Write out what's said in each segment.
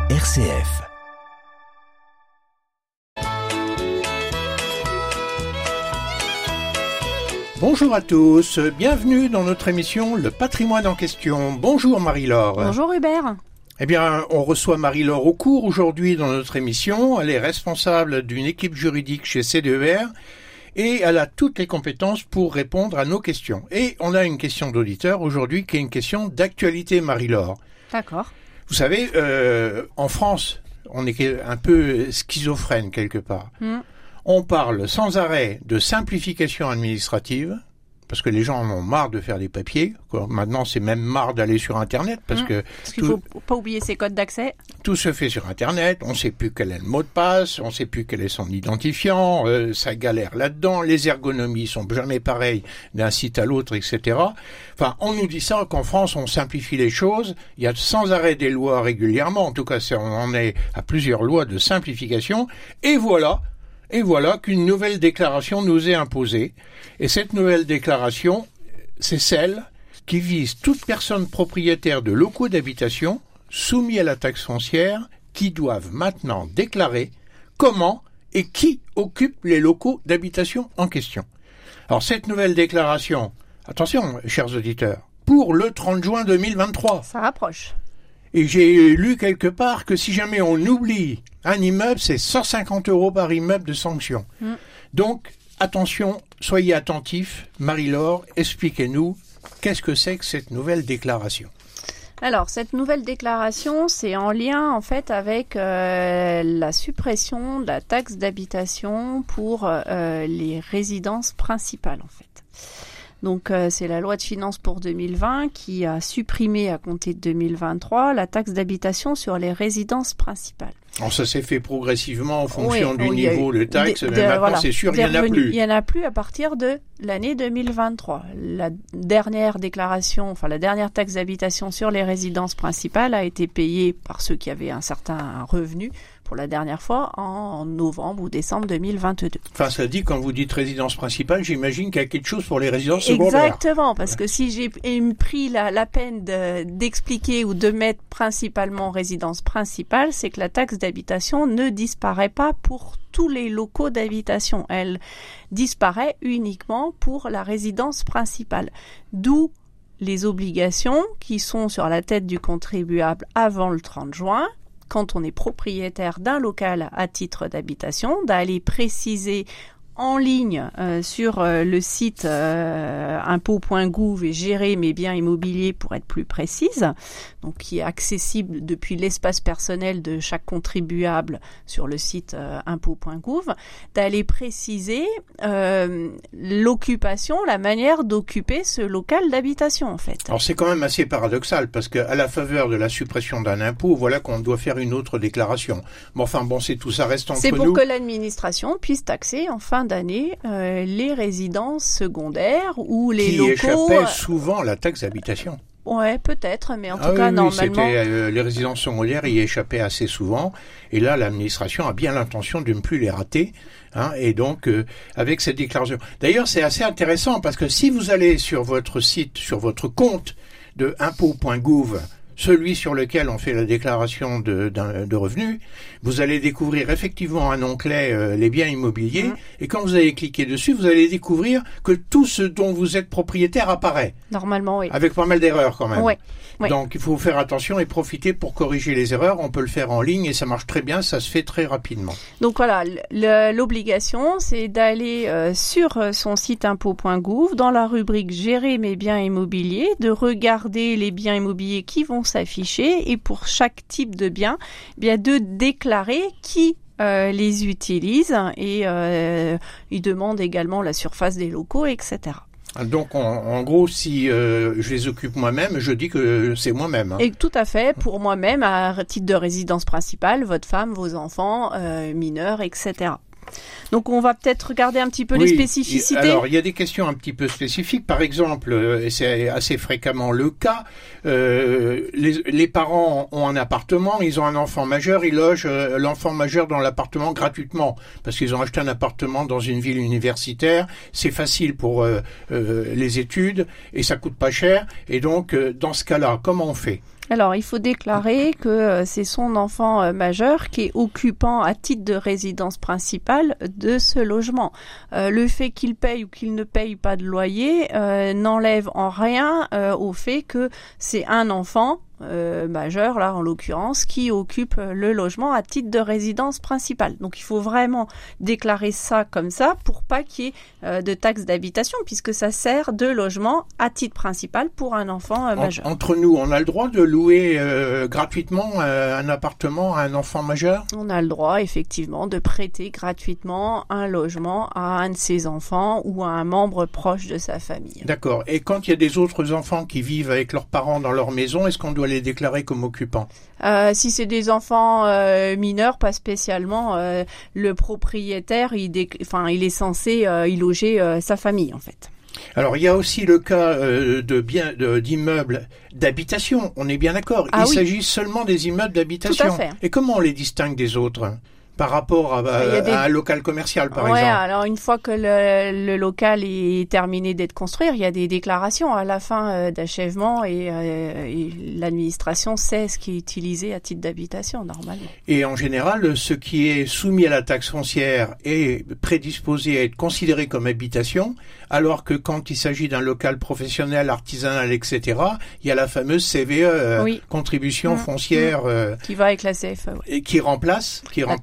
RCF. Bonjour à tous, bienvenue dans notre émission Le Patrimoine en question. Bonjour Marie-Laure. Bonjour Hubert. Eh bien, on reçoit Marie-Laure Aucourt aujourd'hui dans notre émission. Elle est responsable d'une équipe juridique chez CDER et elle a toutes les compétences pour répondre à nos questions. Et on a une question d'auditeur aujourd'hui qui est une question d'actualité, Marie-Laure. D'accord. Vous savez, en France, on est un peu schizophrène quelque part. On parle sans arrêt de simplification administrative, parce que les gens en ont marre de faire des papiers. Maintenant, c'est même marre d'aller sur Internet, parce qu'il faut pas oublier ses codes d'accès. Tout se fait sur Internet, on ne sait plus quel est le mot de passe, on ne sait plus quel est son identifiant, ça galère là-dedans, les ergonomies sont jamais pareilles d'un site à l'autre, etc. Enfin, on nous dit ça qu'en France, on simplifie les choses, il y a sans arrêt des lois régulièrement, en tout cas, on en est à plusieurs lois de simplification, et voilà qu'une nouvelle déclaration nous est imposée. Et cette nouvelle déclaration, c'est celle qui vise toute personne propriétaire de locaux d'habitation soumis à la taxe foncière qui doivent maintenant déclarer comment et qui occupe les locaux d'habitation en question. Alors cette nouvelle déclaration, attention chers auditeurs, pour le 30 juin 2023. Ça rapproche. Et j'ai lu quelque part que si jamais on oublie un immeuble, c'est 150 € par immeuble de sanction. Donc, attention, soyez attentifs. Marie-Laure, expliquez-nous, qu'est-ce que c'est que cette nouvelle déclaration ? Alors, cette nouvelle déclaration, c'est en lien en fait avec la suppression de la taxe d'habitation pour les résidences principales en fait. Donc c'est la loi de finances pour 2020 qui a supprimé à compter de 2023 la taxe d'habitation sur les résidences principales. Alors ça s'est fait progressivement en fonction du niveau de taxe, mais maintenant c'est sûr, il n'y en a plus. Il n'y en a plus à partir de l'année 2023. La dernière déclaration, enfin la dernière taxe d'habitation sur les résidences principales a été payée par ceux qui avaient un certain revenu pour la dernière fois en novembre ou décembre 2022. Enfin, ça dit, quand vous dites résidence principale, j'imagine qu'il y a quelque chose pour les résidences secondaires. Exactement, parce que si j'ai pris la peine d'expliquer ou de mettre principalement résidence principale, c'est que la taxe d'habitation ne disparaît pas pour tous les locaux d'habitation. Elle disparaît uniquement pour la résidence principale. D'où les obligations qui sont sur la tête du contribuable avant le 30 juin, quand on est propriétaire d'un local à titre d'habitation, d'aller préciser en ligne sur le site impôts.gouv et gérer mes biens immobiliers pour être plus précise, donc qui est accessible depuis l'espace personnel de chaque contribuable sur le site impôts.gouv, d'aller préciser l'occupation, la manière d'occuper ce local d'habitation en fait. Alors c'est quand même assez paradoxal parce qu'à la faveur de la suppression d'un impôt, voilà qu'on doit faire une autre déclaration. Mais enfin bon, c'est tout ça reste entre nous. C'est pour que l'administration puisse taxer en fin d'année les résidences secondaires ou les locaux qui échappaient souvent à la taxe d'habitation. Ouais, peut-être, mais en tout cas, normalement... les résidences secondaires y échappaient assez souvent, et là, l'administration a bien l'intention de ne plus les rater, et donc, avec cette déclaration. D'ailleurs, c'est assez intéressant, parce que si vous allez sur votre site, sur votre compte de impôts.gouv, celui sur lequel on fait la déclaration de revenus, vous allez découvrir effectivement un onglet les biens immobiliers, et quand vous allez cliquer dessus, vous allez découvrir que tout ce dont vous êtes propriétaire apparaît. Normalement, oui. Avec pas mal d'erreurs quand même. Oui. Donc il faut faire attention et profiter pour corriger les erreurs. On peut le faire en ligne et ça marche très bien, ça se fait très rapidement. Donc voilà, l'obligation, c'est d'aller sur son site impôts.gouv, dans la rubrique « Gérer mes biens immobiliers », de regarder les biens immobiliers qui vont s'afficher et pour chaque type de bien, bien de déclarer qui les utilise et il demande également la surface des locaux, etc. Donc, en gros, si je les occupe moi-même, je dis que c'est moi-même. Et tout à fait, pour moi-même, à titre de résidence principale, votre femme, vos enfants, mineurs, etc. Donc on va peut-être regarder un petit peu les spécificités. Alors il y a des questions un petit peu spécifiques. Par exemple, et c'est assez fréquemment le cas, les parents ont un appartement, ils ont un enfant majeur, ils logent l'enfant majeur dans l'appartement gratuitement parce qu'ils ont acheté un appartement dans une ville universitaire. C'est facile pour les études et ça coûte pas cher. Et donc dans ce cas-là, comment on fait ? Alors, il faut déclarer que c'est son enfant majeur qui est occupant à titre de résidence principale de ce logement. Le fait qu'il paye ou qu'il ne paye pas de loyer n'enlève en rien au fait que c'est un enfant majeur, là en l'occurrence, qui occupe le logement à titre de résidence principale. Donc il faut vraiment déclarer ça comme ça pour pas qu'il y ait de taxe d'habitation, puisque ça sert de logement à titre principal pour un enfant majeur. Entre nous, on a le droit de louer gratuitement un appartement à un enfant majeur ? On a le droit effectivement de prêter gratuitement un logement à un de ses enfants ou à un membre proche de sa famille. D'accord. Et quand il y a des autres enfants qui vivent avec leurs parents dans leur maison, est-ce qu'on doit les déclarer comme occupants? Si c'est des enfants mineurs, pas spécialement. Le propriétaire, il est censé y loger sa famille, en fait. Alors, il y a aussi le cas d'immeubles d'habitation. On est bien d'accord. Il s'agit seulement des immeubles d'habitation. Tout à fait. Et comment on les distingue des autres ? Par rapport à un local commercial, par exemple. Alors une fois que le local est terminé d'être construit, il y a des déclarations à la fin d'achèvement et l'administration sait ce qui est utilisé à titre d'habitation, normalement. Et en général, ce qui est soumis à la taxe foncière est prédisposé à être considéré comme habitation, alors que quand il s'agit d'un local professionnel, artisanal, etc., il y a la fameuse CVE, contribution foncière. Qui va avec la CFE. Et qui remplace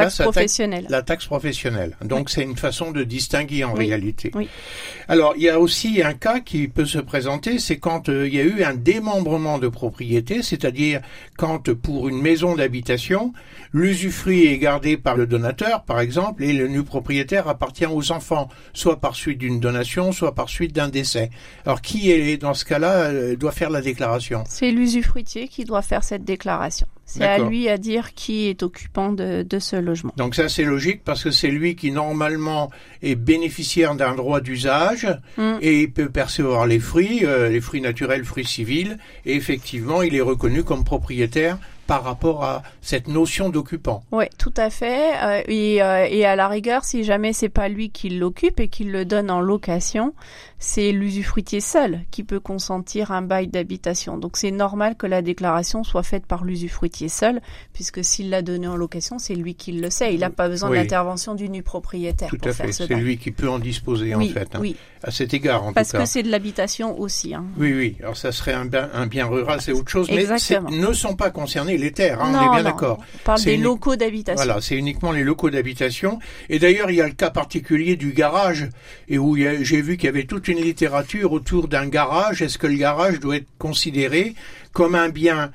la taxe professionnelle. Donc c'est une façon de distinguer en réalité. Oui. Alors il y a aussi un cas qui peut se présenter, c'est quand il y a eu un démembrement de propriété, c'est-à-dire quand pour une maison d'habitation, l'usufruit est gardé par le donateur, par exemple, et le nu propriétaire appartient aux enfants, soit par suite d'une donation, soit par suite d'un décès. Alors qui est dans ce cas-là doit faire la déclaration ? C'est l'usufruitier qui doit faire cette déclaration. C'est à lui à dire qui est occupant de ce logement. Donc ça, c'est logique parce que c'est lui qui, normalement, est bénéficiaire d'un droit d'usage et il peut percevoir les fruits naturels, fruits civils, et effectivement, il est reconnu comme propriétaire par rapport à cette notion d'occupant. Oui, tout à fait. Et à la rigueur, si jamais c'est pas lui qui l'occupe et qu'il le donne en location, c'est l'usufruitier seul qui peut consentir un bail d'habitation. Donc c'est normal que la déclaration soit faite par l'usufruitier seul, puisque s'il l'a donné en location, c'est lui qui le sait. Il n'a pas besoin de l'intervention du nu propriétaire pour faire ce bail. Tout à fait, c'est lui qui peut en disposer en fait. Oui. À cet égard, en tout cas. Parce que c'est de l'habitation aussi. Oui. Alors ça serait un bien rural, c'est autre chose. Exactement. Mais ne sont pas concernés les terres, on est bien d'accord. On parle des locaux d'habitation. Voilà, c'est uniquement les locaux d'habitation. Et d'ailleurs, il y a le cas particulier du garage, et où j'ai vu qu'il y avait toute une littérature autour d'un garage. Est-ce que le garage doit être considéré comme un bien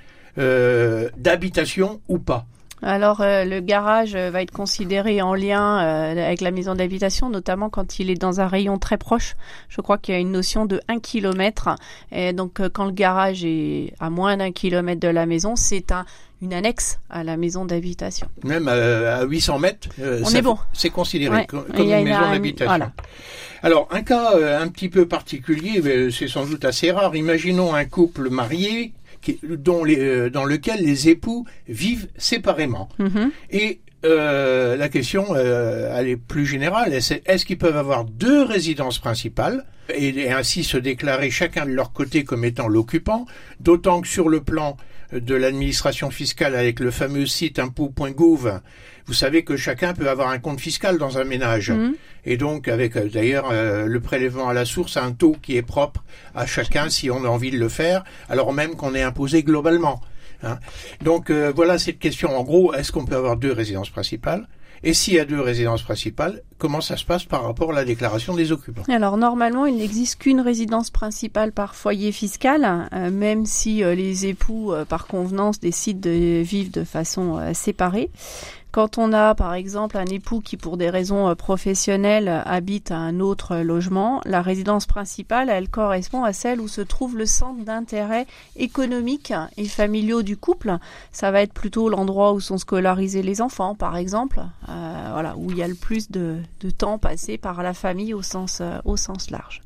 d'habitation ou pas ? Alors, le garage va être considéré en lien avec la maison d'habitation, notamment quand il est dans un rayon très proche. Je crois qu'il y a une notion de 1 kilomètre. Et donc, quand le garage est à moins d'1 kilomètre de la maison, c'est une annexe à la maison d'habitation. Même à 800 mètres, c'est considéré comme une maison d'habitation. Voilà. Alors, un cas un petit peu particulier, mais c'est sans doute assez rare. Imaginons un couple marié dans lequel les époux vivent séparément. Et la question, elle est plus générale. Est-ce qu'ils peuvent avoir 2 résidences principales et ainsi se déclarer chacun de leur côté comme étant l'occupant, d'autant que sur le plan de l'administration fiscale avec le fameux site impôts.gouv, vous savez que chacun peut avoir un compte fiscal dans un ménage. Et donc, avec d'ailleurs le prélèvement à la source, un taux qui est propre à chacun si on a envie de le faire, alors même qu'on est imposé globalement. Donc voilà cette question. En gros, est-ce qu'on peut avoir 2 résidences principales ? Et s'il y a 2 résidences principales, comment ça se passe par rapport à la déclaration des occupants ? Alors normalement, il n'existe qu'une résidence principale par foyer fiscal, même si les époux, par convenance, décident de vivre de façon séparée. Quand on a, par exemple, un époux qui, pour des raisons professionnelles, habite à un autre logement, la résidence principale, elle correspond à celle où se trouve le centre d'intérêt économique et familiaux du couple. Ça va être plutôt l'endroit où sont scolarisés les enfants, par exemple, où il y a le plus de temps passé par la famille au sens large.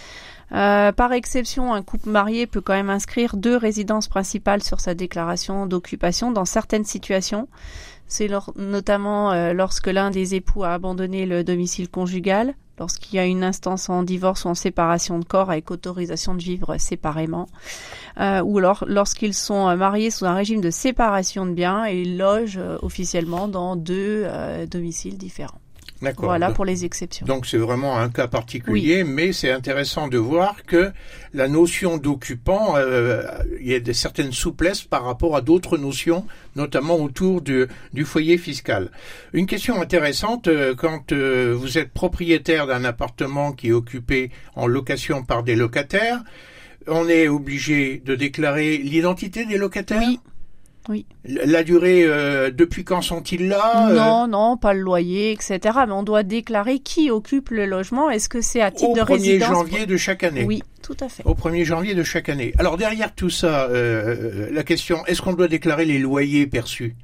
Par exception, un couple marié peut quand même inscrire 2 résidences principales sur sa déclaration d'occupation dans certaines situations. C'est notamment lorsque l'un des époux a abandonné le domicile conjugal, lorsqu'il y a une instance en divorce ou en séparation de corps avec autorisation de vivre séparément, ou alors lorsqu'ils sont mariés sous un régime de séparation de biens et logent officiellement dans 2 domiciles différents. D'accord. Voilà pour les exceptions. Donc c'est vraiment un cas particulier, mais c'est intéressant de voir que la notion d'occupant, il y a certaines souplesses par rapport à d'autres notions, notamment autour du foyer fiscal. Une question intéressante, quand vous êtes propriétaire d'un appartement qui est occupé en location par des locataires, on est obligé de déclarer l'identité des locataires ? Oui. La durée, depuis quand sont-ils là? Non, pas le loyer, etc. Mais on doit déclarer qui occupe le logement. Est-ce que c'est à titre de résidence? Au 1er janvier de chaque année. Oui, tout à fait. Au 1er janvier de chaque année. Alors derrière tout ça, la question, est-ce qu'on doit déclarer les loyers perçus?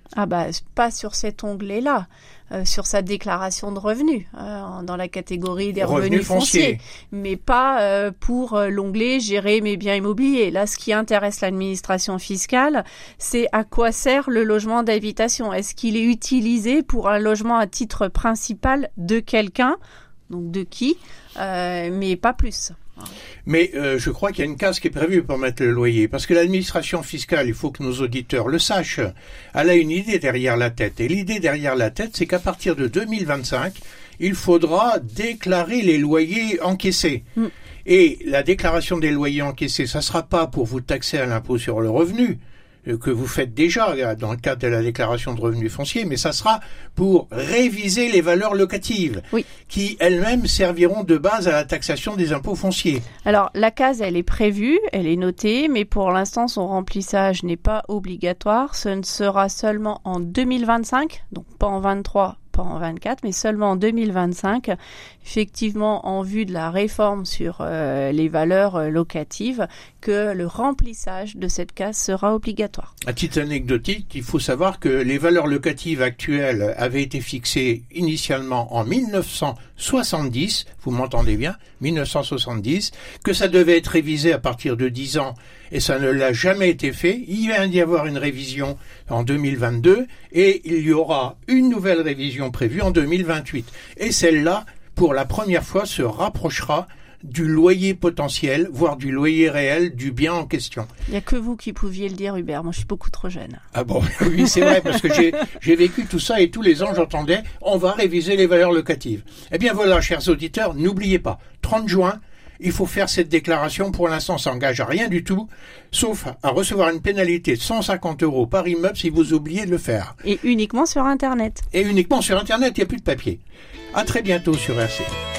Pas sur cet onglet-là, sur sa déclaration de revenus, dans la catégorie des revenus fonciers, mais pas pour l'onglet gérer mes biens immobiliers. Là, ce qui intéresse l'administration fiscale, c'est à quoi sert le logement d'habitation. Est-ce qu'il est utilisé pour un logement à titre principal de quelqu'un, donc de qui, mais pas plus. Mais je crois qu'il y a une case qui est prévue pour mettre le loyer, parce que l'administration fiscale, il faut que nos auditeurs le sachent, elle a une idée derrière la tête. Et l'idée derrière la tête, c'est qu'à partir de 2025, il faudra déclarer les loyers encaissés. Et la déclaration des loyers encaissés, ça ne sera pas pour vous taxer à l'impôt sur le revenu, que vous faites déjà dans le cadre de la déclaration de revenus fonciers, mais ça sera pour réviser les valeurs locatives, qui elles-mêmes serviront de base à la taxation des impôts fonciers. Alors la case, elle est prévue, elle est notée, mais pour l'instant son remplissage n'est pas obligatoire. Ce ne sera seulement en 2025, donc pas en 23, pas en 24, mais seulement en 2025, effectivement en vue de la réforme sur les valeurs locatives, que le remplissage de cette case sera obligatoire. À titre anecdotique, il faut savoir que les valeurs locatives actuelles avaient été fixées initialement en 1970, vous m'entendez bien, 1970, que ça devait être révisé à partir de 10 ans, et ça ne l'a jamais été fait. Il vient d'y avoir une révision en 2022, et il y aura une nouvelle révision prévue en 2028. Et celle-là, pour la première fois, se rapprochera du loyer potentiel, voire du loyer réel du bien en question. Il n'y a que vous qui pouviez le dire, Hubert. Moi, je suis beaucoup trop jeune. Ah bon, oui, c'est vrai, parce que j'ai vécu tout ça et tous les ans, j'entendais, on va réviser les valeurs locatives. Eh bien voilà, chers auditeurs, n'oubliez pas, 30 juin, il faut faire cette déclaration. Pour l'instant, ça n'engage à rien du tout, sauf à recevoir une pénalité de 150 € par immeuble si vous oubliez de le faire. Et uniquement sur Internet. Et uniquement sur Internet, il n'y a plus de papier. À très bientôt sur RC.